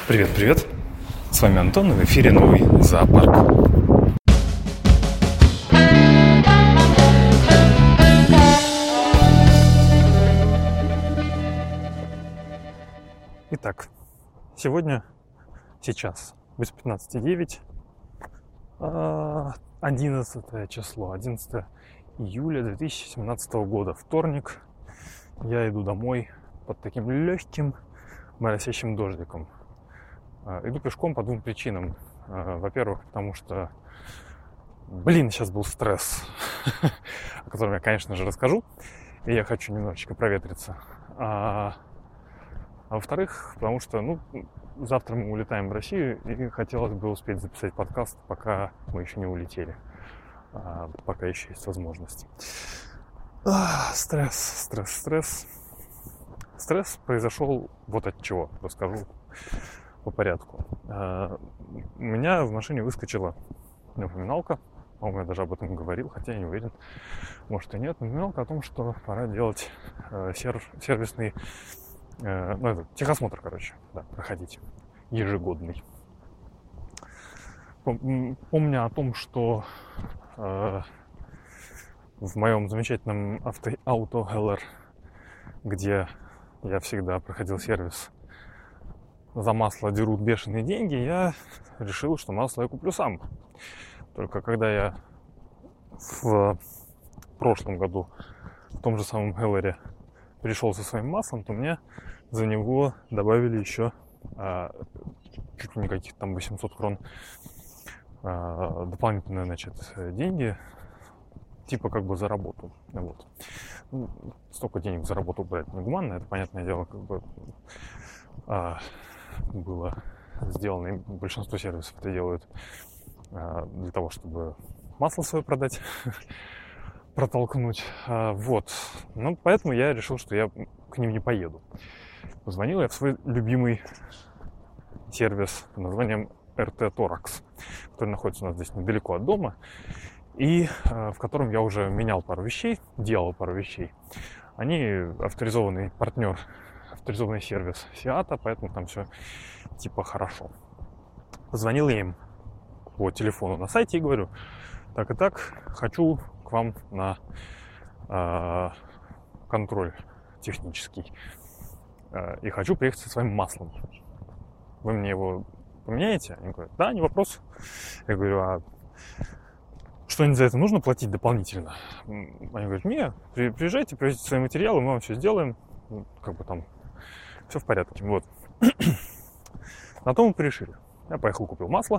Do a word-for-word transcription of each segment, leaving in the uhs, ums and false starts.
Привет-привет, с вами Антон, и в эфире новый зоопарк. Итак, сегодня, сейчас, без пятнадцати девять, одиннадцатое число, одиннадцатое июля две тысячи семнадцатого года, вторник. Я иду домой под таким легким моросящим дождиком. Иду пешком по двум причинам. Во-первых, потому что, блин, сейчас был стресс, о котором я, конечно же, расскажу, и я хочу немножечко проветриться. А, а во-вторых, потому что, ну, завтра мы улетаем в Россию, и хотелось бы успеть записать подкаст, пока мы еще не улетели, а, пока еще есть возможность. А, стресс, стресс, стресс. Стресс произошел вот от чего, расскажу по порядку. У меня в машине выскочила напоминалка, по-моему, я даже об этом говорил, хотя я не уверен, может и нет, напоминалка о том, что пора делать серв- сервисный, ну, это, техосмотр, короче, да, проходить, ежегодный. Помня о том, что э, в моем замечательном авто, Auto эл эр, где я всегда проходил сервис, за масло дерут бешеные деньги, я решил, что масло я куплю сам. Только когда я в прошлом году в том же самом эл эр пришел со своим маслом, то мне за него добавили еще а, чуть ли не каких-то там восемьсот крон а, дополнительные, значит, деньги, типа как бы за работу. Вот. Ну, столько денег за работу брать негуманно, это, понятное дело, как бы а, было сделано, и большинство сервисов это делают а, для того, чтобы масло свое продать, протолкнуть. А, вот. Ну, поэтому я решил, что я к ним не поеду. Позвонил я в свой любимый сервис под названием эр тэ Торакс, который находится у нас здесь недалеко от дома, и а, в котором я уже менял пару вещей, делал пару вещей. Они авторизованный партнер, авторизованный сервис Сиата, поэтому там все типа хорошо. Позвонил я им по телефону на сайте и говорю: так и так, хочу к вам на э, контроль технический э, и хочу приехать со своим маслом. Вы мне его поменяете? Они говорят: да, не вопрос. Я говорю: а что-нибудь за это нужно платить дополнительно? Они говорят: не, приезжайте, привезите свои материалы, мы вам все сделаем, как бы там все в порядке. Вот. На то мы порешили. Я поехал, купил масло.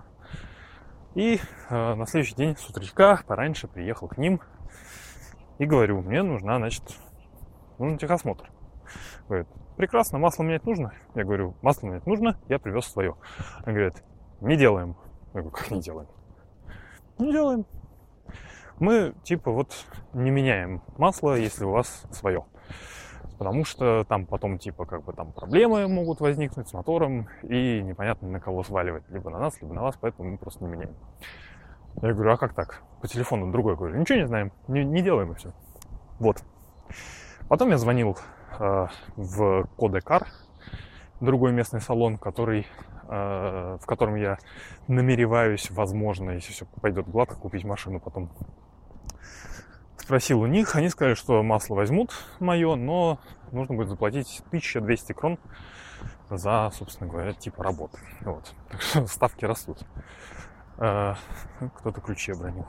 И э, на следующий день с утречка пораньше приехал к ним. И говорю: мне нужна, значит, нужен техосмотр. Говорят: прекрасно, масло менять нужно? Я говорю: масло менять нужно, я привез свое. Они говорят: не делаем. Я говорю: как не делаем? Не делаем. Мы, типа, вот не меняем масло, если у вас свое. Потому что там потом, типа, как бы там проблемы могут возникнуть с мотором, и непонятно на кого сваливать, либо на нас, либо на вас, поэтому мы просто не меняем. Я говорю: а как так? По телефону другой говорю: ничего не знаем, не, не делаем, и все. Вот. Потом я звонил э, в Кодекар, другой местный салон, который, э, в котором я намереваюсь, возможно, если все пойдет гладко, купить машину потом. Спросил у них, они сказали, что масло возьмут мое, но нужно будет заплатить тысяча двести крон за, собственно говоря, типа работы. Вот. Так что ставки растут. Э, кто-то ключи обронил.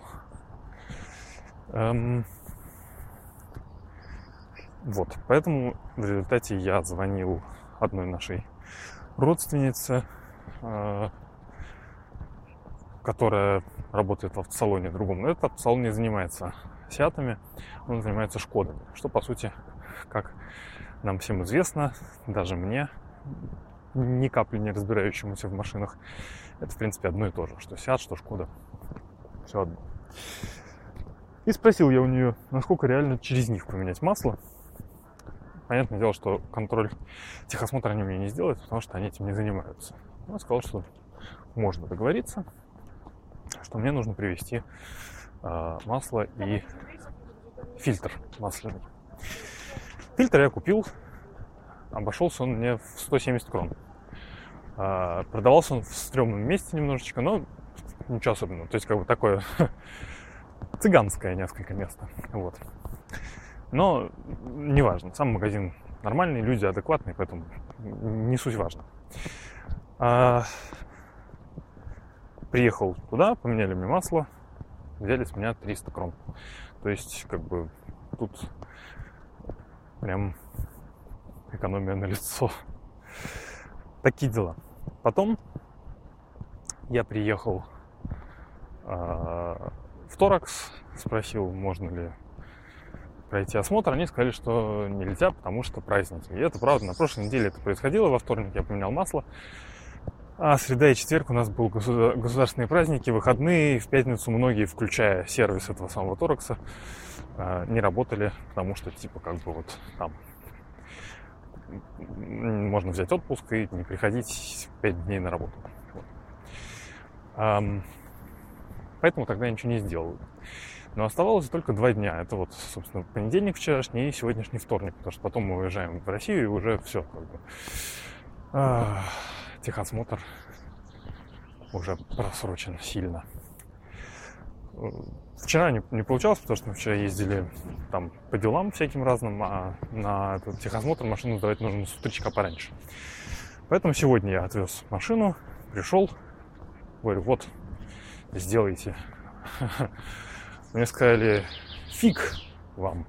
Эм, вот. Поэтому в результате я звонил одной нашей родственнице, э, которая работает в автосалоне другом. Но этот автосалон не занимается Сиатами, он занимается Шкодами, что, по сути, как нам всем известно, даже мне, ни капли не разбирающемуся в машинах, это, в принципе, одно и то же, что Сиат, что Шкода, все одно. И спросил я у нее, насколько реально через них поменять масло. Понятное дело, что контроль техосмотра они мне не сделают, потому что они этим не занимаются. Она сказала, что можно договориться, что мне нужно привезти э, масло и фильтр масляный. Фильтр я купил, обошелся он мне в сто семьдесят крон. А, продавался он в стрёмном месте немножечко, но ничего особенного. То есть, как бы такое цыганское несколько место. Вот. Но неважно. Сам магазин нормальный, люди адекватные, поэтому не суть важно. А, приехал туда, поменяли мне масло, взяли с меня триста крон. То есть, как бы, тут прям экономия на лицо. Такие дела. Потом я приехал э, в Торакс, спросил, можно ли пройти осмотр. Они сказали, что нельзя, потому что праздники. И это правда, на прошлой неделе это происходило. Во вторник я поменял масло. А среда и четверг у нас были государственные праздники, выходные. В пятницу многие, включая сервис этого самого Торакса, не работали, потому что, типа, как бы вот там можно взять отпуск и не приходить пять дней на работу. Вот. Поэтому тогда я ничего не сделал. Но оставалось только два дня. Это вот, собственно, понедельник вчерашний и сегодняшний вторник, потому что потом мы уезжаем в Россию и уже все, как бы. А, техосмотр уже просрочен сильно. Вчера не, не получалось, потому что мы вчера ездили там по делам всяким разным, а на этот техосмотр машину сдавать нужно с утречка пораньше. Поэтому сегодня я отвез машину, пришел, говорю, вот, сделайте. Мне сказали, фиг вам.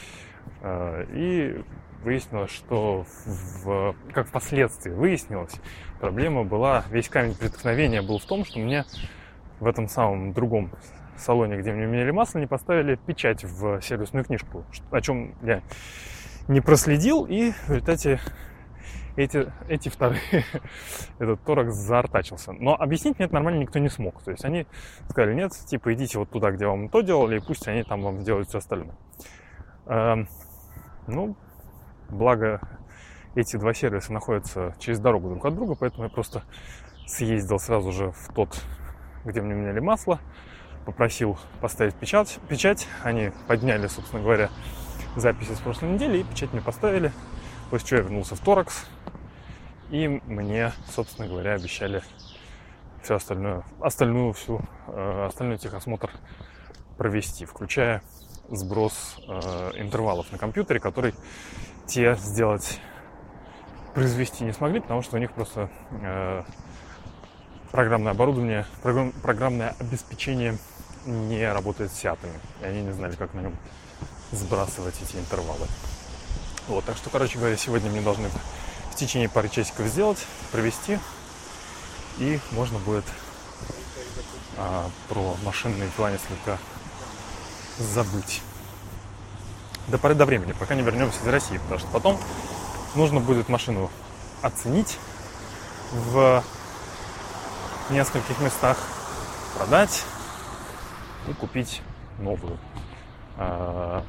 И выяснилось, что в, как впоследствии выяснилось, проблема была, весь камень преткновения был в том, что мне в этом самом другом салоне, где мне меняли масло, не поставили печать в сервисную книжку, о чем я не проследил, и в результате эти, эти вторые, этот Торакс заортачился. Но объяснить мне это нормально никто не смог. То есть они сказали, нет, типа идите вот туда, где вам то делали, и пусть они там вам делают все остальное. Эм, ну, благо эти два сервиса находятся через дорогу друг от друга, поэтому я просто съездил сразу же в тот, где мне меняли масло, попросил поставить печать, печать. Они подняли, собственно говоря, записи с прошлой недели и печать мне поставили. После чего я вернулся в Торакс, и мне, собственно говоря, обещали все остальное, остальную всю, э, остальной техосмотр провести, включая сброс э, интервалов на компьютере, который те сделать, произвести не смогли, потому что у них просто э, программное оборудование, программ, программное обеспечение не работает с сиатами, и они не знали, как на нем сбрасывать эти интервалы. Вот, так что, короче говоря, сегодня мне должны в течение пары часиков сделать, провести, и можно будет а, про машинные дела несколько забыть. До поры до времени, пока не вернемся из России, потому что потом нужно будет машину оценить в нескольких местах, продать и купить новую. А,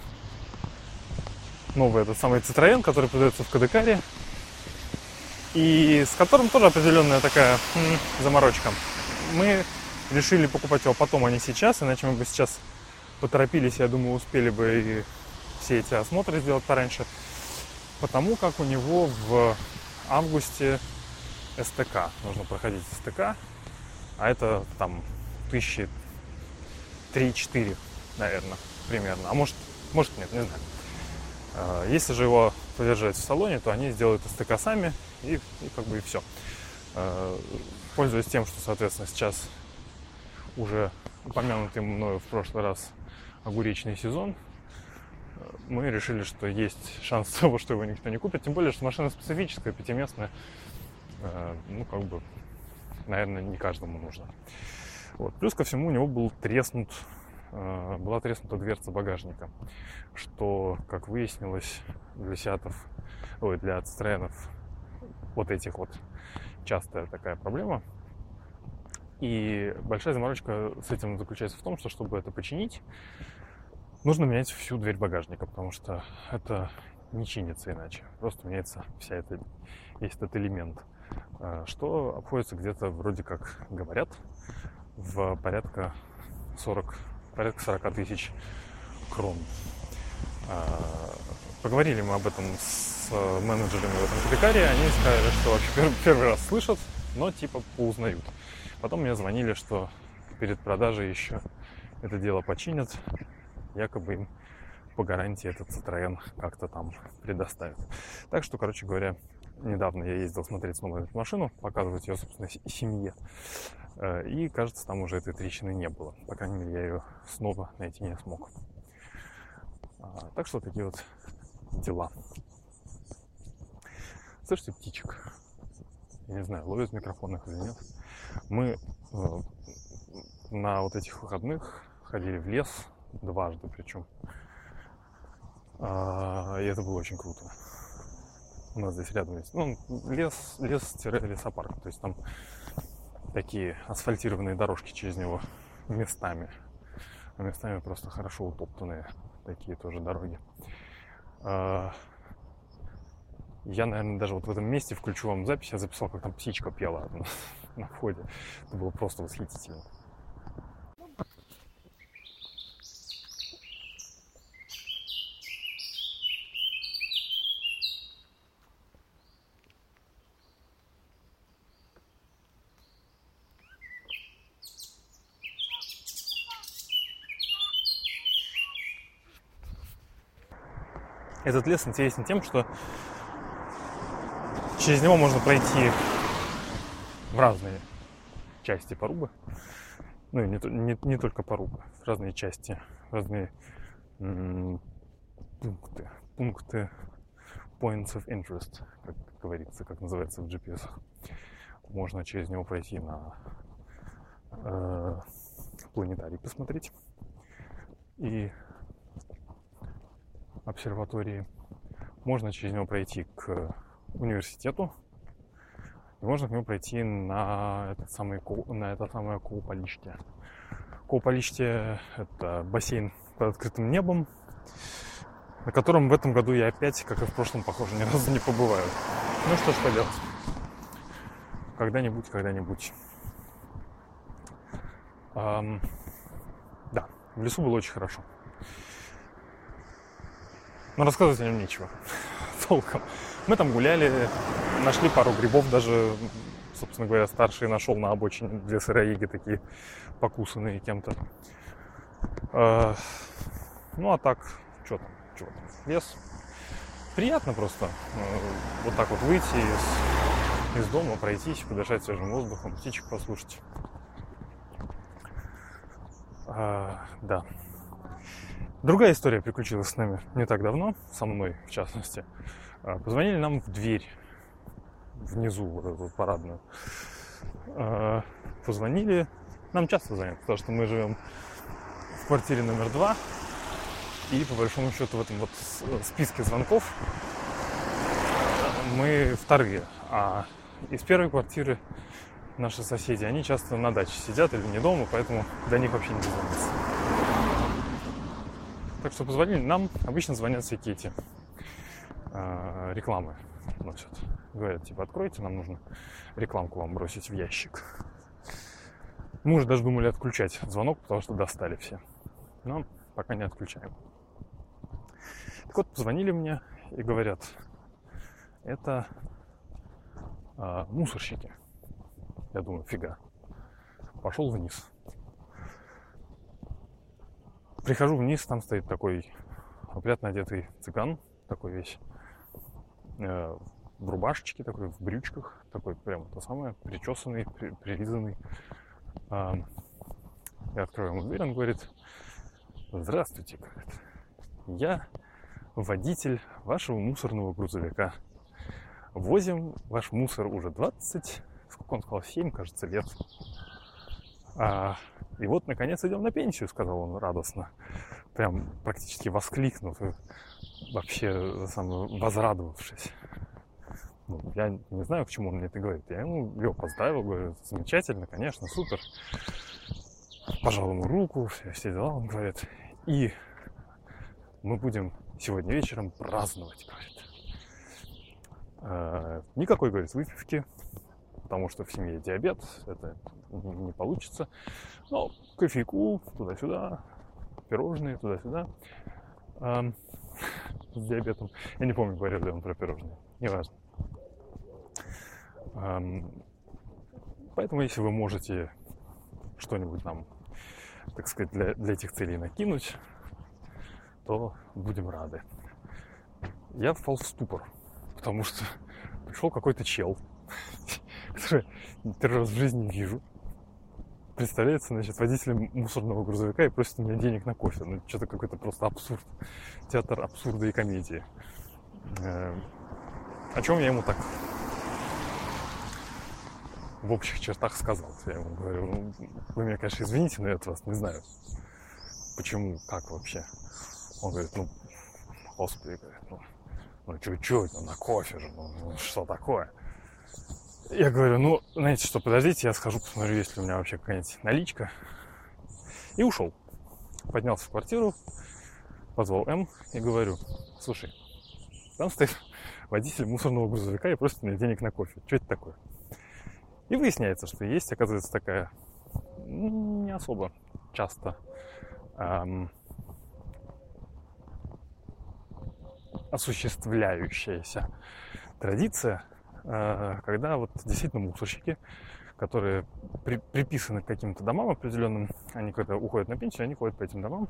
новый этот самый Citroёn, который продается в Кадыкаре, и с которым тоже определенная такая м, заморочка. Мы решили покупать его потом, а не сейчас, иначе мы бы сейчас поторопились, я думаю, успели бы и все эти осмотры сделать пораньше, потому как у него в августе СТК, нужно проходить СТК, а это там тысячи три-четыре, наверное, примерно, а может, может нет, не знаю. Если же его подержать в салоне, то они сделают СТК сами, и, и как бы и все. Пользуясь тем, что, соответственно, сейчас уже упомянутый мною в прошлый раз огуречный сезон, мы решили, что есть шанс того, что его никто не купит. Тем более, что машина специфическая, пятиместная. Ну, как бы, наверное, не каждому нужно. Вот. Плюс ко всему у него был треснут была треснута дверца багажника, что, как выяснилось, для сиатов, ой, для Citroёnов вот этих вот частая такая проблема. И большая заморочка с этим заключается в том, что, чтобы это починить, нужно менять всю дверь багажника, потому что это не чинится иначе. Просто меняется вся эта, весь этот элемент, что обходится где-то, вроде как говорят, в порядка сорок порядка сорок тысяч крон. Поговорили мы об этом с менеджерами в этом Кибикаре, они сказали, что вообще первый раз слышат, но типа поузнают. Потом мне звонили, что перед продажей еще это дело починят, якобы им по гарантии этот Citroёn как-то там предоставят. Так что, короче говоря, недавно я ездил смотреть снова эту машину, показывать ее, собственно, семье. И, кажется, там уже этой трещины не было. По крайней мере, я ее снова найти не смог. Так что такие вот дела. Слышите птичек? Я не знаю, ловят в микрофонах или нет. Мы э, на вот этих выходных ходили в лес дважды причем. Э, и это было очень круто. У нас здесь рядом есть, ну, лес, лес-лесопарк. То есть там такие асфальтированные дорожки через него местами. А местами просто хорошо утоптанные такие тоже дороги. Э, Я, наверное, даже вот в этом месте включу вам запись. Я записал, как там птичка пела на, на входе. Это было просто восхитительно. Этот лес интересен тем, что через него можно пройти в разные части Порубы. Ну и не, не, не только Порубы, в разные части, в разные м- пункты, пункты points of interest, как говорится, как называется в джи пи эс. Можно через него пройти на э, планетарий посмотреть и обсерватории. Можно через него пройти к университету. И можно к нему пройти на этот самый, на это самое Куополище. Куополище — это бассейн под открытым небом, на котором в этом году я опять, как и в прошлом, похоже, ни разу не побываю. Ну что ж поделать. Когда-нибудь, когда-нибудь. Эм, да, в лесу было очень хорошо. Но рассказывать о нем нечего. Толком. Мы там гуляли, нашли пару грибов, даже, собственно говоря, старший нашел на обочине две сыроеги такие покусанные кем-то. Э, ну а так, что там, что там, лес. Приятно просто э, вот так вот выйти из, из дома, пройтись, подышать свежим воздухом, птичек послушать. Э, да. Другая история приключилась с нами не так давно, со мной в частности. Позвонили нам в дверь внизу, вот эту парадную. Позвонили, нам часто звонят, потому что мы живем в квартире номер два, и по большому счету в этом вот списке звонков мы вторые. А из первой квартиры наши соседи, они часто на даче сидят или не дома, поэтому до них вообще не дозвониться. Так что позвонили нам, обычно звонят всякие эти э, рекламы носят. Говорят, типа, откройте, нам нужно рекламку вам бросить в ящик. Мы уже даже думали отключать звонок, потому что достали все. Но пока не отключаем. Так вот, позвонили мне и говорят, это э, мусорщики. Я думаю, фига. Пошел вниз. Прихожу вниз, там стоит такой опрятно одетый цыган, такой весь э, в рубашечке, такой в брючках, такой прям то самое, причесанный, при, прилизанный. Э, я открываю ему дверь, он говорит: здравствуйте, говорит, я водитель вашего мусорного грузовика. Возим ваш мусор уже двадцать, сколько он сказал, семь, кажется, лет. А, и вот, наконец, идем на пенсию, сказал он радостно, прям практически воскликнув, вообще сам возрадовавшись. Ну, я не знаю, к чему он мне это говорит. Я ему его поздравил, говорю, замечательно, конечно, супер. Пожал ему руку, все, все дела, он говорит. И мы будем сегодня вечером праздновать, говорит. А, никакой, говорит, выпивки, потому что в семье диабет, это не получится. Но кофейку, туда-сюда, пирожные, туда-сюда. с диабетом. Я не помню, говорил ли он про пирожные. Неважно. Поэтому, если вы можете что-нибудь нам, так сказать, для, для этих целей накинуть, то будем рады. Я впал в ступор, потому что пришел какой-то чел, который первый раз в жизни вижу. Представляется, значит, водителем мусорного грузовика и просит у меня денег на кофе. Ну, что-то какой-то просто абсурд. Театр абсурда и комедии. О чем я ему так в общих чертах сказал. Я ему говорю, ну, вы меня, конечно, извините, но я от вас не знаю. Почему, как вообще? Он говорит, ну, господи, говорит, ну, ну чуть-чуть, ну, на кофе же, ну, ну, что такое? Я говорю, ну, знаете что, подождите, я схожу, посмотрю, есть ли у меня вообще какая-нибудь наличка. И ушел. Поднялся в квартиру, позвал М и говорю, слушай, там стоит водитель мусорного грузовика и просит у меня денег на кофе. Что это такое? И выясняется, что есть, оказывается, такая не особо часто эм, осуществляющаяся традиция, э, когда вот действительно мусорщики, которые при, приписаны к каким-то домам определенным, они когда уходят на пенсию, они ходят по этим домам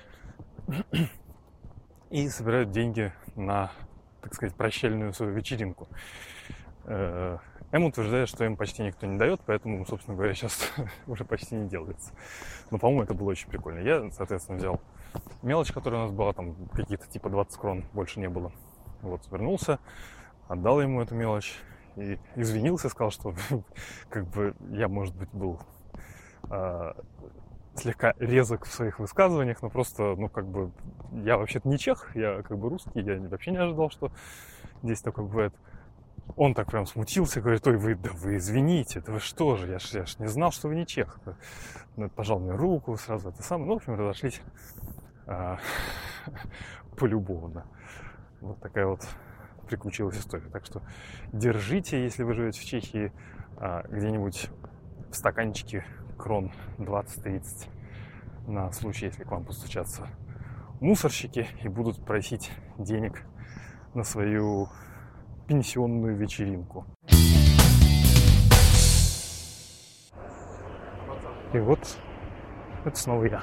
и собирают деньги на, так сказать, прощальную свою вечеринку. Э, М утверждает, что им почти никто не дает, поэтому, собственно говоря, сейчас уже почти не делается. Но, по-моему, это было очень прикольно. Я, соответственно, взял мелочь, которая у нас была, там какие-то типа двадцать крон, больше не было. Вот, вернулся, отдал ему эту мелочь и извинился, сказал, что как бы я, может быть, был э, слегка резок в своих высказываниях, но просто, ну, как бы, я вообще-то не чех, я как бы русский, я вообще не ожидал, что здесь такое бывает. Он так прям смутился, говорит, ой, вы, да вы извините, да вы что же, я ж, я ж не знал, что вы не чех. Ну, пожал мне руку, сразу это самое. Ну, в общем, разошлись а, полюбовно. Вот такая вот приключилась история. Так что держите, если вы живете в Чехии, а, где-нибудь в стаканчике крон двадцать-тридцать на случай, если к вам постучатся мусорщики и будут просить денег на свою пенсионную вечеринку. И вот это снова я.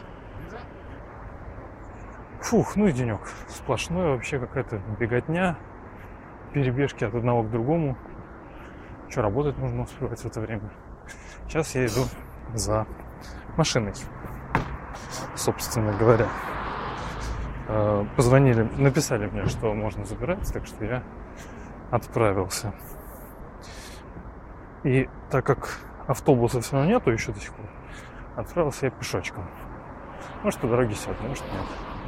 Фух, ну и денек. Сплошной вообще какая-то беготня, перебежки от одного к другому. Что, работать нужно успевать в это время. Сейчас я иду за машиной, собственно говоря. Позвонили, написали мне, что можно забирать, так что я отправился. И так как автобуса все равно нету еще до сих пор, отправился я пешочком. Может, по дороге сяду, может, нет.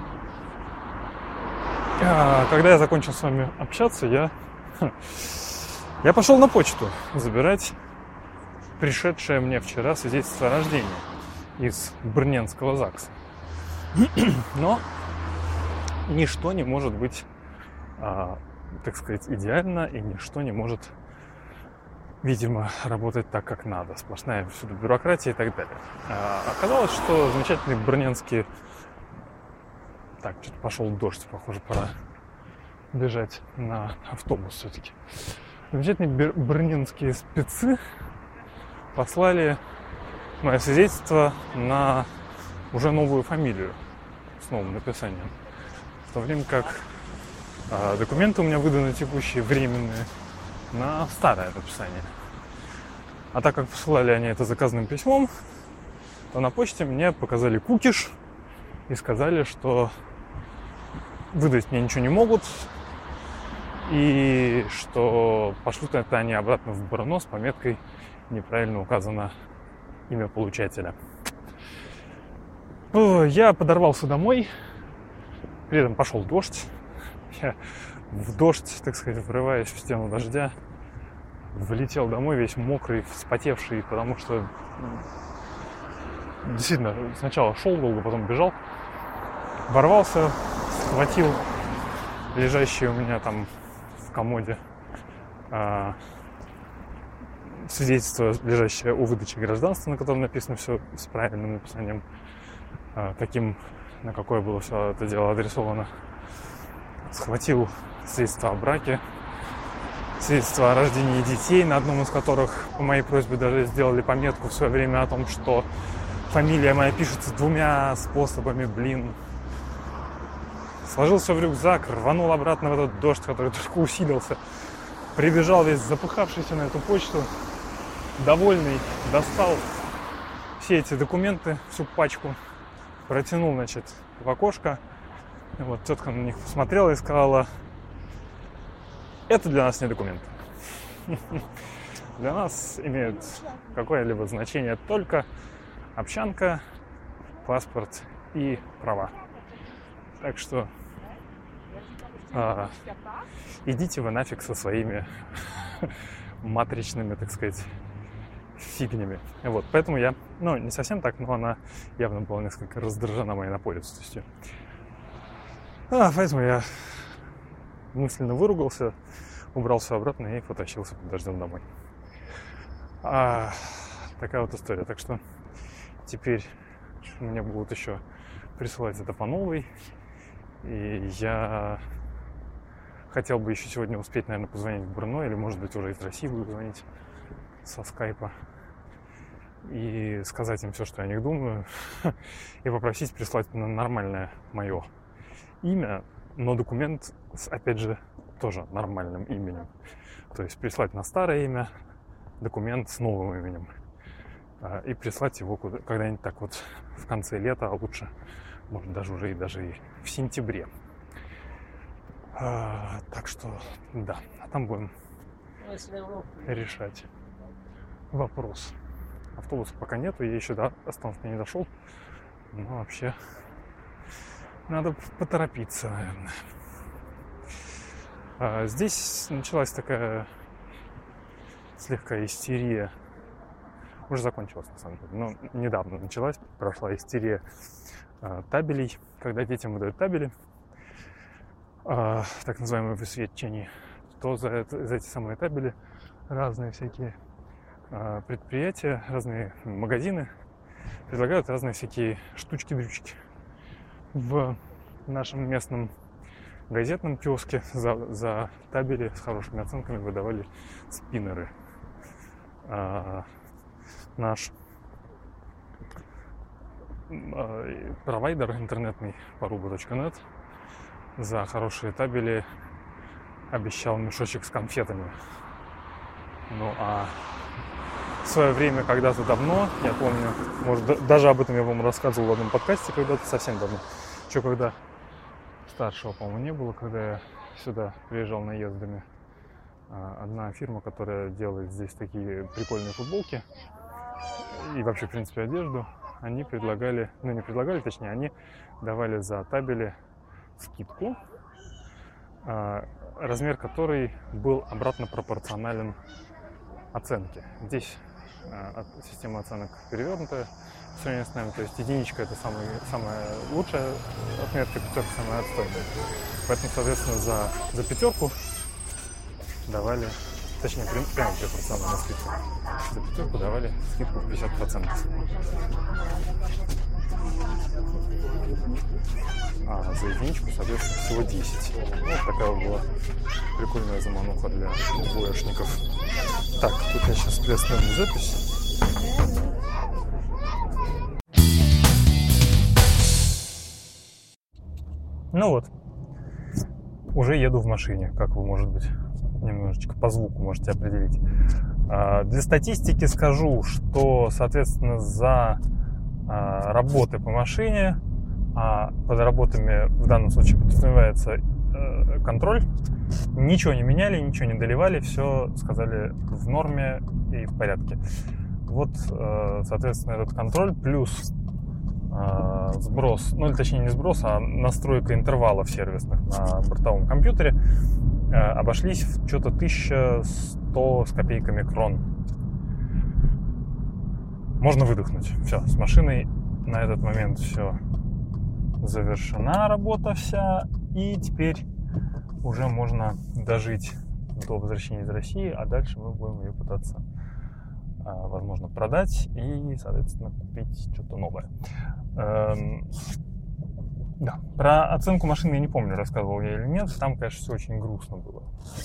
А, когда я закончил с вами общаться, я я пошел на почту забирать пришедшее мне вчера свидетельство о рождении из Брненского ЗАГСа. Но ничто не может быть, а, так сказать, идеально, и ничто не может, видимо, работать так, как надо. Сплошная всюду бюрократия и так далее. А, оказалось, что замечательный брненский... Так, что-то пошел дождь, похоже, пора бежать на автобус все-таки. Замечательные брненские спецы послали мое свидетельство на уже новую фамилию с новым написанием. В то время как а, документы у меня выданы текущие, временные, на старое написание. А так как посылали они это заказным письмом, то на почте мне показали кукиш и сказали, что выдать мне ничего не могут, и что пошлют это они обратно в Брно с пометкой «Неправильно указано имя получателя». Я подорвался домой, при этом пошел дождь. Я в дождь, так сказать, врываясь в стену дождя, влетел домой весь мокрый, вспотевший, потому что действительно сначала шел долго, потом бежал, ворвался, схватил лежащее у меня там в комоде а, свидетельство, лежащее о выдаче гражданства, на котором написано все с правильным написанием, а, таким, на какое было все это дело адресовано. схватил свидетельство о браке, свидетельство о рождении детей, на одном из которых по моей просьбе даже сделали пометку в свое время о том, что фамилия моя пишется двумя способами, блин. Сложил все в рюкзак, рванул обратно в этот дождь, который только усилился. Прибежал весь запыхавшийся на эту почту, довольный, достал все эти документы, всю пачку, протянул, значит, в окошко. И вот тетка на них посмотрела и сказала: это для нас не документы. Для нас имеют какое-либо значение только общанка, паспорт и права. Так что а, идите вы нафиг со своими матричными, так сказать, фигнями. Вот, поэтому я, ну, не совсем так, но она явно была несколько раздражена моей напористостью. А, поэтому я мысленно выругался, убрал все обратно и потащился под дождем домой. А, такая вот история. Так что теперь мне будут еще присылать это по новой. И я хотел бы еще сегодня успеть, наверное, позвонить в Брно, или, может быть, уже из России буду звонить со скайпа и сказать им все, что я о них думаю, и попросить прислать на нормальное мое имя, но документ с, опять же, тоже нормальным именем. То есть прислать на старое имя документ с новым именем и прислать его куда- когда-нибудь так вот в конце лета, а лучше, может, даже уже и даже и в сентябре. А, так что, да, а там будем решать вопрос. Автобуса пока нету, я еще до остановки не дошел. Но вообще надо поторопиться, наверное. А здесь началась такая слегка истерия. Уже закончилась, на самом деле. Но недавно началась, прошла истерия а, табелей, когда детям выдают табели, а, так называемые высвечения, то за, это, за эти самые табели разные всякие а, предприятия, разные магазины предлагают разные всякие штучки-дрючки. В нашем местном газетном киоске за, за табели с хорошими оценками выдавали спиннеры. А, наш а, провайдер интернетный паруба точка нет за хорошие табели обещал мешочек с конфетами. Ну а в свое время, когда-то давно, я помню, может, даже об этом я вам рассказывал в одном подкасте когда-то, совсем давно, еще когда старшего, по-моему, не было, когда я сюда приезжал наездами. Одна фирма, которая делает здесь такие прикольные футболки и вообще, в принципе, одежду, они предлагали, ну не предлагали, точнее, они давали за табели скидку, размер которой был обратно пропорционален оценке. Здесь система оценок перевернутая в сравнении с нами, то есть единичка — это самый, самая лучшая отметка, пятерка самая отстойная. Поэтому, соответственно, за, за пятерку давали, точнее, прямо пропорционально скидку. За пятерку давали скидку в пятьдесят процентов. А за единичку, соответственно, всего десять. Вот такая вот была прикольная замануха для двоечников. Так, тут я сейчас приостановлю запись. Ну вот, уже еду в машине, как вы, может быть, немножечко по звуку можете определить. Для статистики скажу, что, соответственно, за работы по машине, а под работами в данном случае подразумевается контроль, ничего не меняли, ничего не доливали, все сказали в норме и в порядке. Вот, соответственно, этот контроль плюс сброс, ну или точнее не сброс, а настройка интервалов сервисных на бортовом компьютере обошлись в что-то тысяча сто с копейками крон. Можно выдохнуть. Все, с машиной на этот момент все завершена, работа вся, и теперь уже можно дожить до возвращения из России, а дальше мы будем ее пытаться, возможно, продать и, соответственно, купить что-то новое. Да, про оценку машины я не помню, рассказывал я или нет. Там, конечно, все очень грустно было.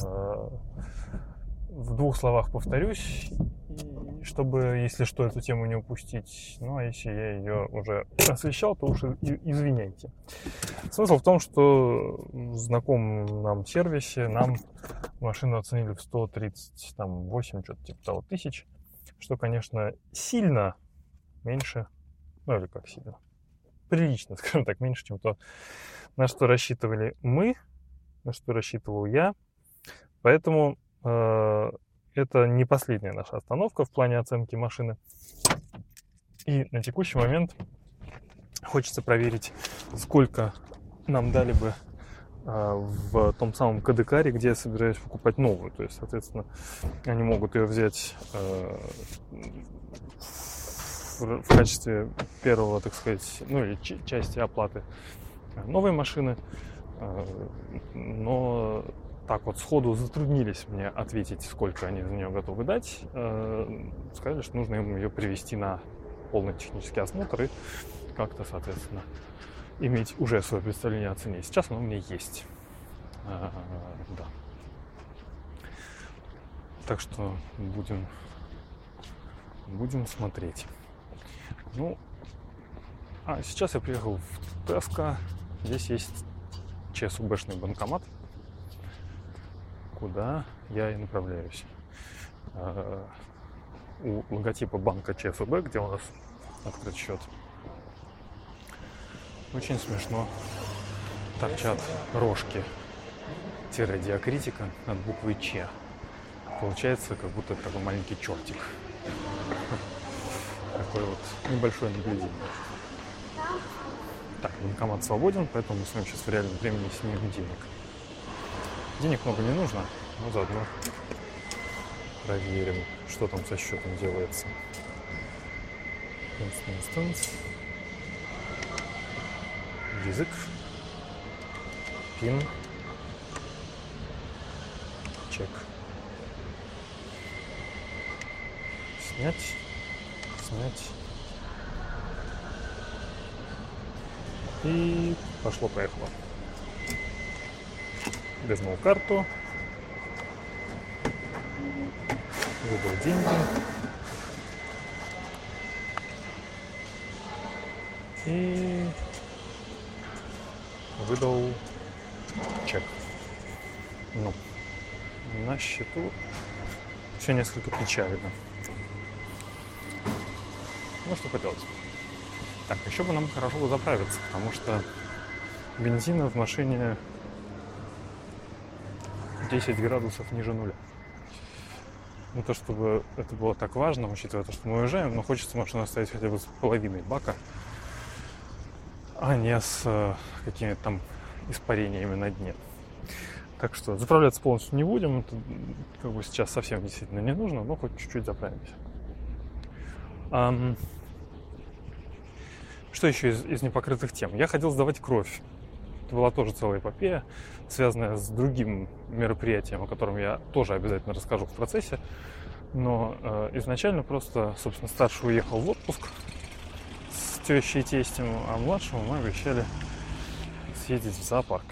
В двух словах повторюсь, чтобы, если что, эту тему не упустить. Ну, а если я ее уже освещал, то уж извиняйте. Смысл в том, что в знакомом нам сервисе нам машину оценили в сто тридцать восемь, что-то типа того, тысяч, что, конечно, сильно меньше, ну или как сильно, прилично, скажем так, меньше, чем то, на что рассчитывали мы, на что рассчитывал я. Поэтому э, это не последняя наша остановка в плане оценки машины. И на текущий момент хочется проверить, сколько нам дали бы э, в том самом КДКаре, где я собираюсь покупать новую. То есть, соответственно, они могут ее взять э, в, в качестве первого, так сказать, ну или ч- части оплаты новой машины. Э, но так вот сходу затруднились мне ответить, сколько они за нее готовы дать. Э, сказали, что нужно им ее привести на полный технический осмотр и как-то, соответственно, иметь уже свое представление о цене. Сейчас оно у меня есть. Э, да. Так что будем, будем смотреть. Ну, а сейчас я приехал в Tesco. Здесь есть ЧСУБшный банкомат, куда я и направляюсь. Э, у логотипа банка ЧСУБ, где у нас открыт счет, очень смешно торчат рожки-диакритика над буквой Ч. Получается, как будто такой маленький чертик. Такое вот небольшое наблюдение. Так, банкомат свободен, поэтому мы с вами сейчас в реальном времени снимем денег. Денег много не нужно, но заодно проверим, что там со счетом делается. Инстанс. Язык. Пин. Чек. Снять. Снять. И пошло-поехало. Ввел карту. Выбрал деньги. И выдал чек. Ну, на счету все несколько печально. Ну, что поделать. Так, еще бы нам хорошо бы заправиться, потому что бензина в машине десять градусов ниже нуля. Не то чтобы это было так важно, учитывая то, что мы уезжаем, но хочется машину оставить хотя бы с половиной бака, а не с э, какими-то там испарениями на дне. Так что заправляться полностью не будем, это как бы сейчас совсем действительно не нужно, но хоть чуть-чуть заправимся. Um, что еще из, из непокрытых тем? Я хотел сдавать кровь. Это была тоже целая эпопея, связанная с другим мероприятием, о котором я тоже обязательно расскажу в процессе. Но э, изначально просто, собственно, старший уехал в отпуск с тещей и тестем, а младшему мы обещали съездить в зоопарк.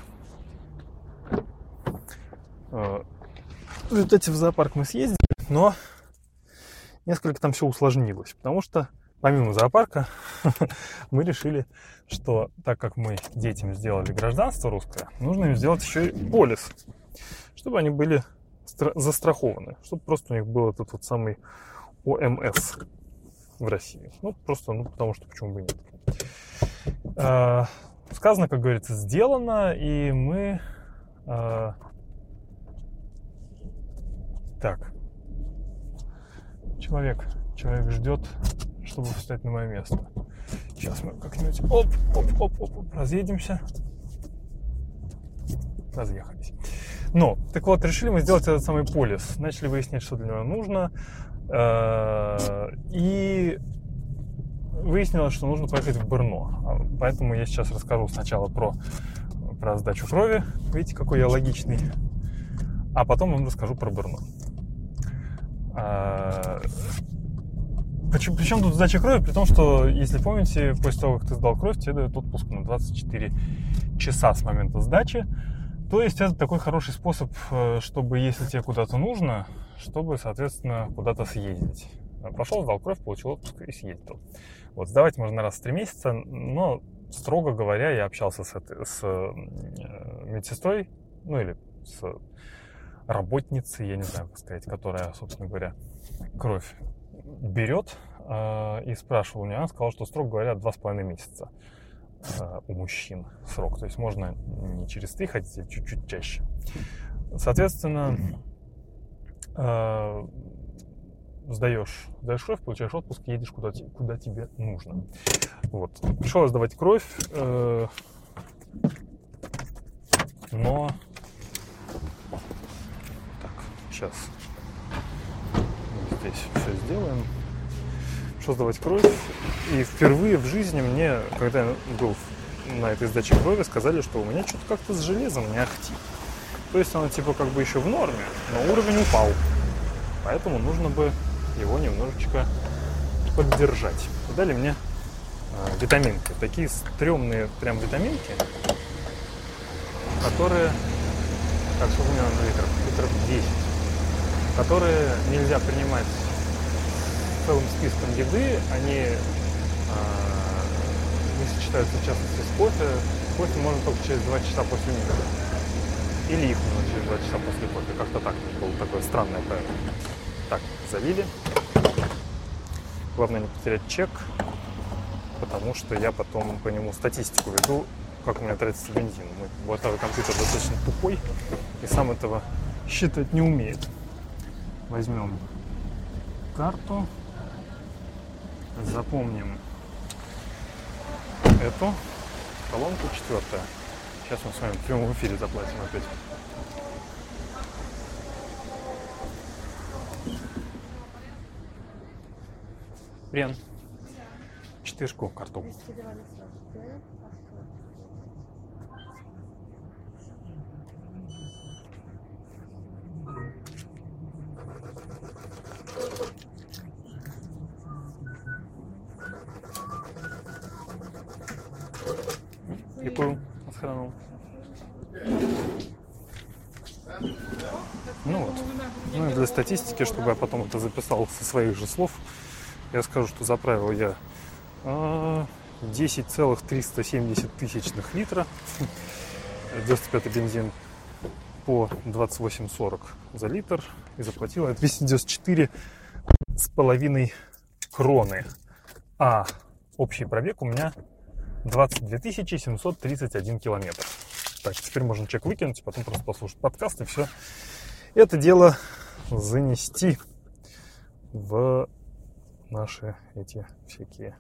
Э, в результате в зоопарк мы съездили, но несколько там все усложнилось, потому что помимо зоопарка мы решили, что так как мы детям сделали гражданство русское, нужно им сделать еще и полис, чтобы они были стра- застрахованы, чтобы просто у них был этот вот самый О Эм Эс в России. Ну, просто, ну, потому что почему бы и нет. А, сказано, как говорится, сделано, и мы... А, так... Человек, человек ждет, чтобы встать на мое место. Сейчас мы как-нибудь оп, оп, оп, оп, оп, разъедемся. Разъехались. Ну, так вот, решили мы сделать этот самый полис. Начали выяснять, что для него нужно. И выяснилось, что нужно поехать в Брно. Поэтому я сейчас расскажу сначала про, про сдачу крови. Видите, какой я логичный. А потом вам расскажу про Брно. Причем, причем тут сдача крови, при том, что, если помните, после того, как ты сдал кровь, тебе дают отпуск на двадцать четыре часа с момента сдачи. То есть это такой хороший способ, чтобы, если тебе куда-то нужно, чтобы, соответственно, куда-то съездить. Пошел, сдал кровь, получил отпуск и съездил. Вот, сдавать можно раз в три месяца, но, строго говоря, я общался с, этой, с медсестрой, ну или с работницей, я не знаю, как сказать, которая, собственно говоря, кровь берет, э, и спрашивал у нее, она сказала, что, строго говоря, два с половиной месяца э, у мужчин срок. То есть можно не через три ходить, а чуть-чуть чаще. Соответственно, э, сдаешь, сдаешь кровь, получаешь отпуск, едешь куда, куда тебе нужно. Вот. Пришел сдавать кровь, э, но... Так, сейчас мы здесь все сделаем. Пришел сдавать кровь, и впервые в жизни мне, когда я был на этой сдаче крови, сказали, что у меня что-то как-то с железом не ахти. То есть оно типа как бы еще в норме, но уровень упал. Поэтому нужно бы его немножечко поддержать. И дали мне э, витаминки. Такие стрёмные прям витаминки, которые... Так, сколько у меня на литров? Литров десять. Которые нельзя принимать целым списком еды. Они э, не сочетаются, в частности, с кофе. Кофе можно только через два часа после них. Или их можно через два часа после кофе. Как-то так было такое странное правило. Так, залили. Главное не потерять чек, потому что я потом по нему статистику веду, как у меня тратится бензин. Мой бортовой компьютер достаточно тупой и сам этого считать не умеет. Возьмем карту, запомним эту колонку, четвертая. Сейчас мы с вами в прямом эфире заплатим опять. Прям четышку карту. Дякую, сохранил. Ну вот. Ну и для статистики, чтобы я потом это записал со своих же слов, я скажу, что заправил я десять целых триста семьдесят тысячных литра. девяносто пятый бензин по двадцать восемь сорок за литр. И заплатил я двести девяносто четыре с половиной кроны. А общий пробег у меня двадцать две тысячи семьсот тридцать один километр. Так, теперь можно чек выкинуть, потом просто послушать подкаст и все. Это дело занести в наши эти всякие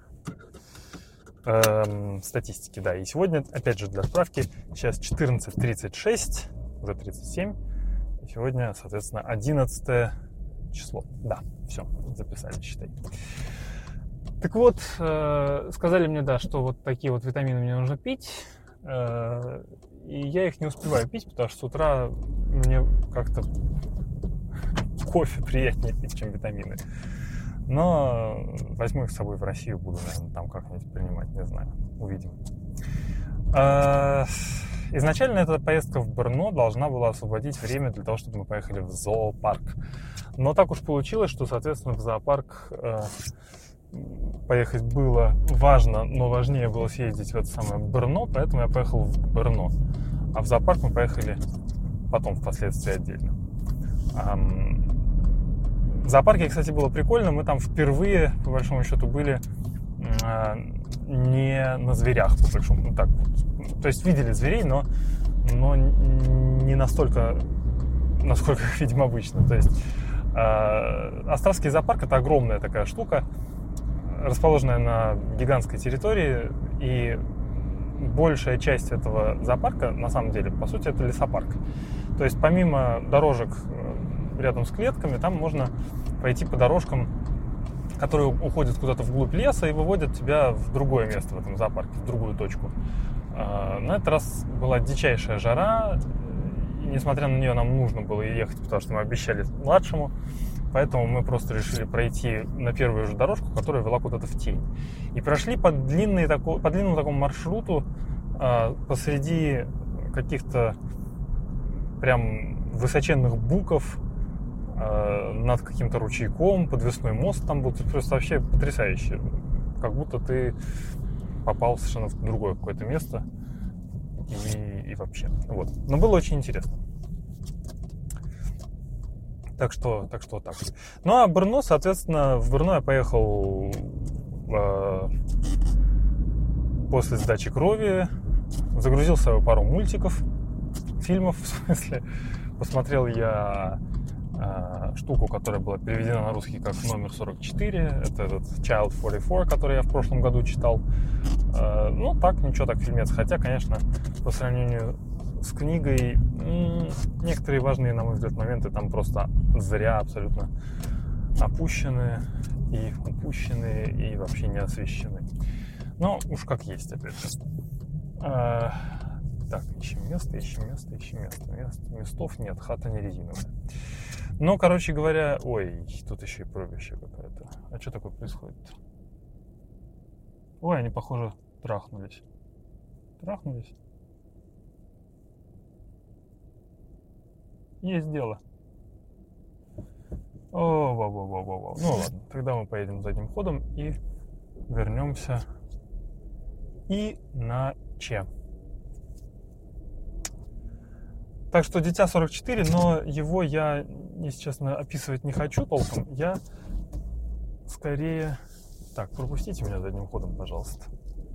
эм, статистики. Да, и сегодня, опять же, для справки, сейчас четырнадцать тридцать шесть, уже тридцать семь. И сегодня, соответственно, одиннадцатое число. Да, все, записали, считай. Так вот, э, сказали мне, да, что вот такие вот витамины мне нужно пить. Э, и я их не успеваю пить, потому что с утра мне как-то кофе приятнее пить, чем витамины. Но возьму их с собой в Россию, буду, наверное, там как-нибудь принимать, не знаю, увидим. Э, изначально эта поездка в Брно должна была освободить время для того, чтобы мы поехали в зоопарк. Но так уж получилось, что, соответственно, в зоопарк э, поехать было важно, но важнее было съездить в это самое Брно, поэтому я поехал в Брно. А в зоопарк мы поехали потом, впоследствии отдельно. В зоопарке, кстати, было прикольно. Мы там впервые, по большому счету, были э, не на зверях, по большому ну, так вот. То есть видели зверей, но, но не настолько, насколько их видим обычно. То есть э, Островский зоопарк — это огромная такая штука, расположенная на гигантской территории, и большая часть этого зоопарка, на самом деле, по сути, это лесопарк. То есть помимо дорожек рядом с клетками, там можно пойти по дорожкам, которые уходят куда-то вглубь леса и выводят тебя в другое место в этом зоопарке, в другую точку. На этот раз была дичайшая жара, и, несмотря на нее, нам нужно было ехать, потому что мы обещали младшему поэтому мы просто решили пройти на первую же дорожку, которая вела куда-то в тень. И прошли по, длинной, по длинному такому маршруту э, посреди каких-то прям высоченных буков, э, над каким-то ручейком, подвесной мост там был. Просто вообще потрясающе. Как будто ты попал совершенно в другое какое-то место. И, и вообще. Вот. Но было очень интересно. Так что, так что так. Ну а Брно, соответственно, в Брно я поехал э, после сдачи крови, загрузил в свою пару мультиков, фильмов, в смысле. Посмотрел я э, штуку, которая была переведена на русский как номер сорок четыре. Это этот Child сорок четыре, который я в прошлом году читал. Э, ну так, ничего так фильмец. Хотя, конечно, по сравнению с книгой некоторые важные, на мой взгляд, моменты там просто зря абсолютно опущены и упущены и вообще не освещены. Но уж как есть, опять же. А, так, ищем место, ищем место, ищем место. Мест, местов нет, хата не резиновая. Но, короче говоря, ой, тут еще и пробище какая-то. А что такое происходит? Ой, они, похоже, трахнулись. Трахнулись? Есть дело. О, во, во, во, во, во. Ну ладно, тогда мы поедем задним ходом и вернемся иначе. Так что Дитя сорок четыре, но его я, если честно, описывать не хочу толком. Я скорее... Так, пропустите меня задним ходом, пожалуйста.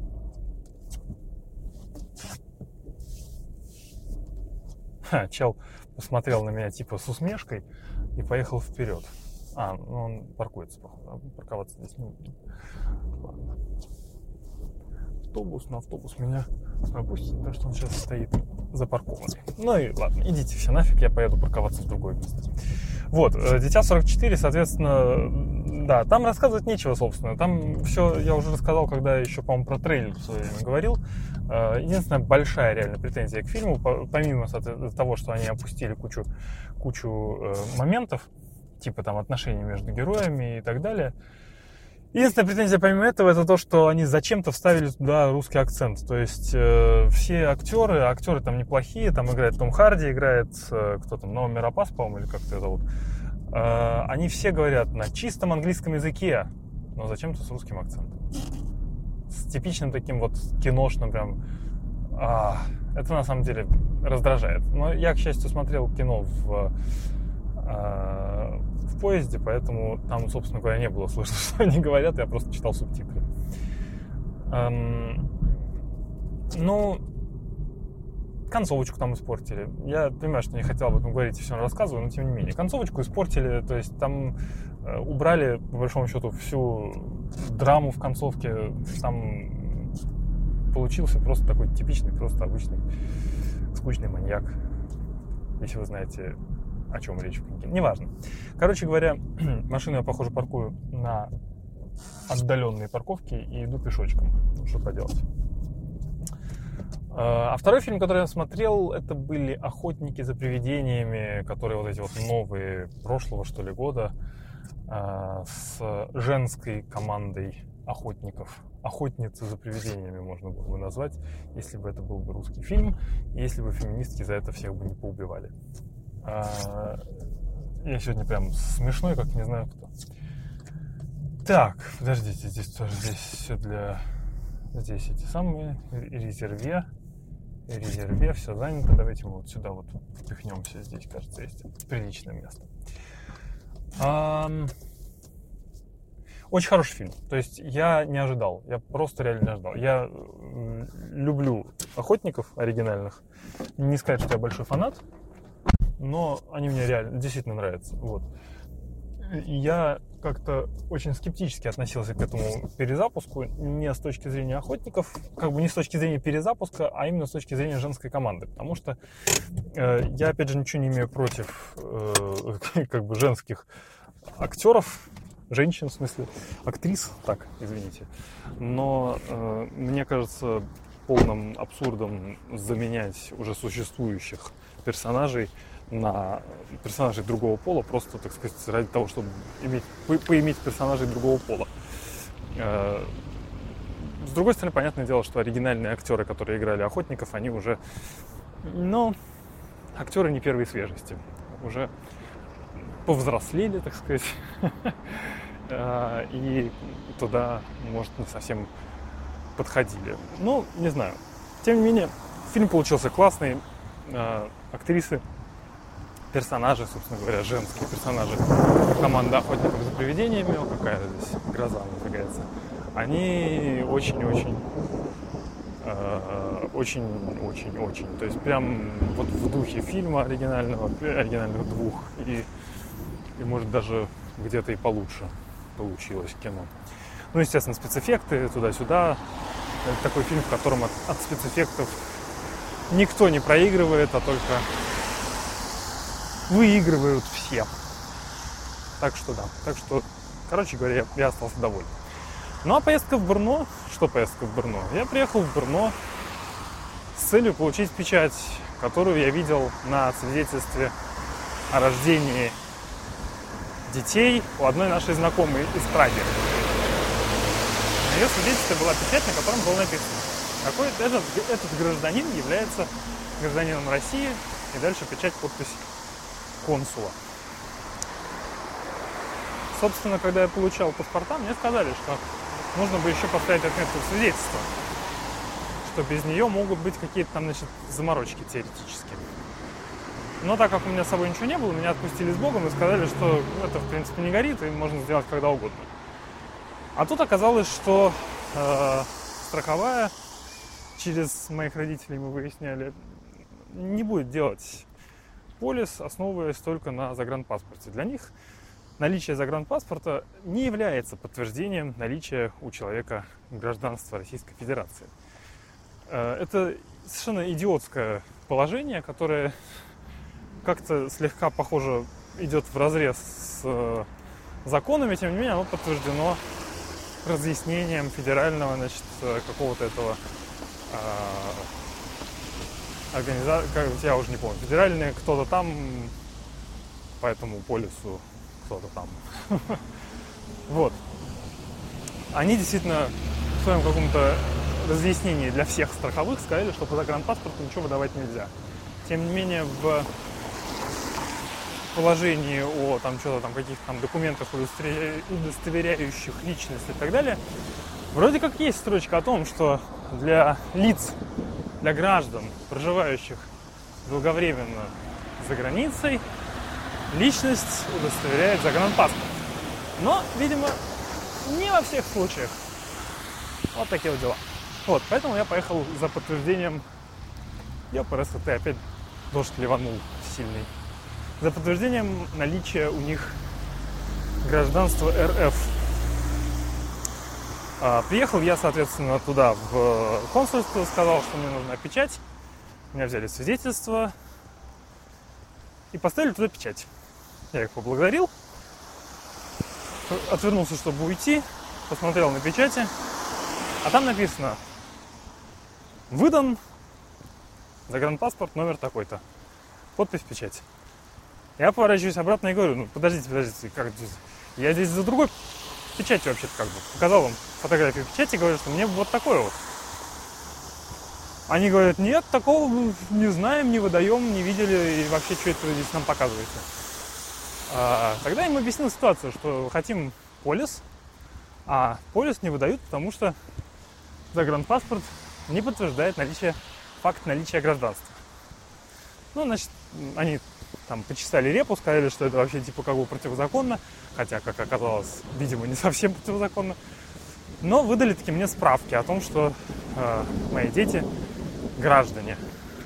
Ха, чел посмотрел на меня типа с усмешкой и поехал вперед. А, ну он паркуется, походу. Парковаться здесь не будем. Ладно. Автобус, на автобус меня пропустит, потому что он сейчас стоит запаркованный. Ну и ладно, идите все нафиг, я поеду парковаться в другое место. Вот, Дитя сорок четыре, соответственно, да, там рассказывать нечего, собственно. Там все я уже рассказал, когда еще, по-моему, про трейлер в свое время говорил. Единственная большая реально претензия к фильму, помимо того, что они опустили кучу, кучу моментов, типа там отношений между героями и так далее. Единственная претензия помимо этого, это то, что они зачем-то вставили туда русский акцент. То есть э, все актеры, актеры там неплохие, там играет Том Харди, играет э, кто там, Ноа Мирапас, по-моему, или как-то это зовут. Э, они все говорят на чистом английском языке, но зачем-то с русским акцентом. С типичным таким вот киношным прям... А, это на самом деле раздражает. Но я, к счастью, смотрел кино в... Э, в поезде, поэтому там, собственно говоря, не было слышно, что они говорят, я просто читал субтитры. Эм, ну, концовочку там испортили. Я понимаю, что не хотел об этом говорить и все рассказываю, но тем не менее. Концовочку испортили, то есть там э, убрали, по большому счету, всю драму в концовке. Там получился просто такой типичный, просто обычный скучный маньяк. Если вы знаете, о чем речь в книге. Неважно. Короче говоря, машину я, похоже, паркую на отдаленные парковки и иду пешочком. Ну, что поделать. А второй фильм, который я смотрел, это были «Охотники за привидениями», которые вот эти вот новые, прошлого, что ли, года, с женской командой охотников. «Охотницы за привидениями» можно было бы назвать, если бы это был бы русский фильм, и если бы феминистки за это всех бы не поубивали. Я сегодня прям смешной, как не знаю кто. Так, подождите, здесь тоже здесь все для... Здесь эти самые резерве. Резерве, все занято. Давайте мы вот сюда вот впихнемся. Здесь, кажется, есть приличное место. Ам... Очень хороший фильм. То есть я не ожидал. Я просто реально не ожидал. Я люблю охотников оригинальных. Не сказать, что я большой фанат, но они мне реально действительно нравятся. Вот. И я как-то очень скептически относился к этому перезапуску, не с точки зрения охотников, как бы не с точки зрения перезапуска, а именно с точки зрения женской команды. Потому что э, я, опять же, ничего не имею против э, как бы женских актеров, женщин, в смысле, актрис, так, извините. Но э, мне кажется полным абсурдом заменять уже существующих персонажей на персонажей другого пола, просто, так сказать, ради того, чтобы иметь, по- поиметь персонажей другого пола. С другой стороны, понятное дело, что оригинальные актеры, которые играли охотников, они уже, ну, актеры не первой свежести. Уже повзрослели, так сказать, и туда, может, не совсем подходили. Ну, не знаю. Тем не менее, фильм получился классный. Актрисы, персонажи, собственно говоря, женские персонажи команда охотников за привидениями, какая здесь гроза называется, они очень-очень очень-очень-очень, то есть прям вот в духе фильма оригинального, оригинальных двух, и, и может даже где-то и получше получилось кино. Ну, естественно, спецэффекты туда-сюда. Это такой фильм, в котором от, от спецэффектов никто не проигрывает, а только выигрывают все. Так что да. Так что, короче говоря, я, я остался доволен. Ну а поездка в Брно, что поездка в Брно? Я приехал в Брно с целью получить печать, которую я видел на свидетельстве о рождении детей у одной нашей знакомой из Праги. На ее свидетельстве была печать, на котором было написано, какой этот, этот гражданин является гражданином России, и дальше печать, подпись консула. Собственно, когда я получал паспорта, мне сказали, что нужно бы еще поставить отметку свидетельства, что без нее могут быть какие-то там, значит, заморочки теоретически. Но так как у меня с собой ничего не было, меня отпустили с Богом и сказали, что это, в принципе, не горит, и можно сделать когда угодно. А тут оказалось, что э, страховая, через моих родителей мы выясняли, не будет делать полис, основываясь только на загранпаспорте. Для них наличие загранпаспорта не является подтверждением наличия у человека гражданства Российской Федерации. Это совершенно идиотское положение, которое как-то слегка, похоже, идет вразрез с законами, тем не менее оно подтверждено разъяснением федерального, значит, какого-то этого организации, я уже не помню, федеральный кто-то там по этому полису, кто-то там. Вот. Они действительно в своем каком-то разъяснении для всех страховых сказали, что по загранпаспорту ничего выдавать нельзя. Тем не менее, в положении о там что-то там каких-то там документах, удостоверяющих личность и так далее, вроде как есть строчка о том, что для лиц, для граждан, проживающих долговременно за границей, личность удостоверяет загранпаспорт. Но, видимо, не во всех случаях. Вот такие вот дела. Вот, поэтому я поехал за подтверждением. Ёпрст, опять дождь ливанул сильный. За подтверждением наличия у них гражданства эр эф. А, приехал я, соответственно, туда, в консульство, сказал, что мне нужна печать. Меня взяли свидетельство и поставили туда печать. Я их поблагодарил, отвернулся, чтобы уйти, посмотрел на печати, а там написано: выдан загранпаспорт номер такой-то. Подпись, печать. Я поворачиваюсь обратно и говорю: ну подождите, подождите, как здесь? Я здесь за другой печатью вообще-то как бы. Показал вам фотографию печати, говорю, что мне вот такое вот. Они говорят: нет, такого не знаем, не выдаем, не видели, и вообще, что это вы здесь нам показываете? А, тогда им объяснил ситуацию, что хотим полис, а полис не выдают, потому что загранпаспорт не подтверждает наличие, факт наличия гражданства. Ну, значит, они там почесали репу, сказали, что это вообще типа как бы противозаконно, хотя, как оказалось, видимо, не совсем противозаконно. Но выдали таки мне справки о том, что э, мои дети граждане.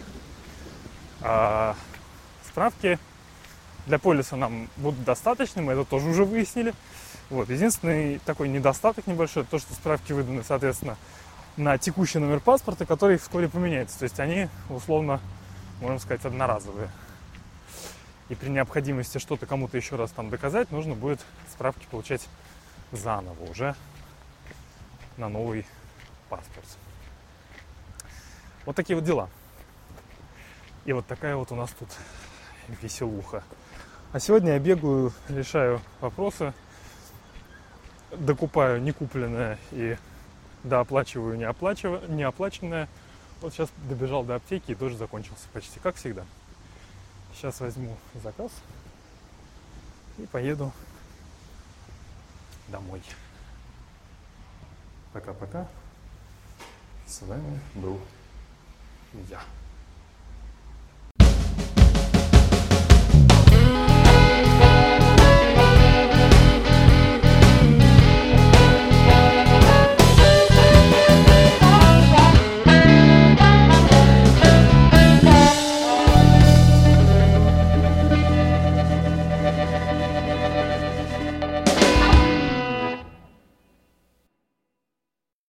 А, справки для полиса нам будут достаточны, мы это тоже уже выяснили. Вот. Единственный такой недостаток небольшой, то, что справки выданы, соответственно, на текущий номер паспорта, который вскоре поменяется. То есть они, условно, можно сказать, одноразовые. И при необходимости что-то кому-то еще раз там доказать, нужно будет справки получать заново уже на новый паспорт. Вот такие вот дела. И вот такая вот у нас тут веселуха. А сегодня я бегаю, решаю вопросы, докупаю некупленное и дооплачиваю неоплачив... неоплаченное. Вот сейчас добежал до аптеки и тоже закончился почти, как всегда. Сейчас возьму заказ и поеду домой. Пока-пока. С вами был я.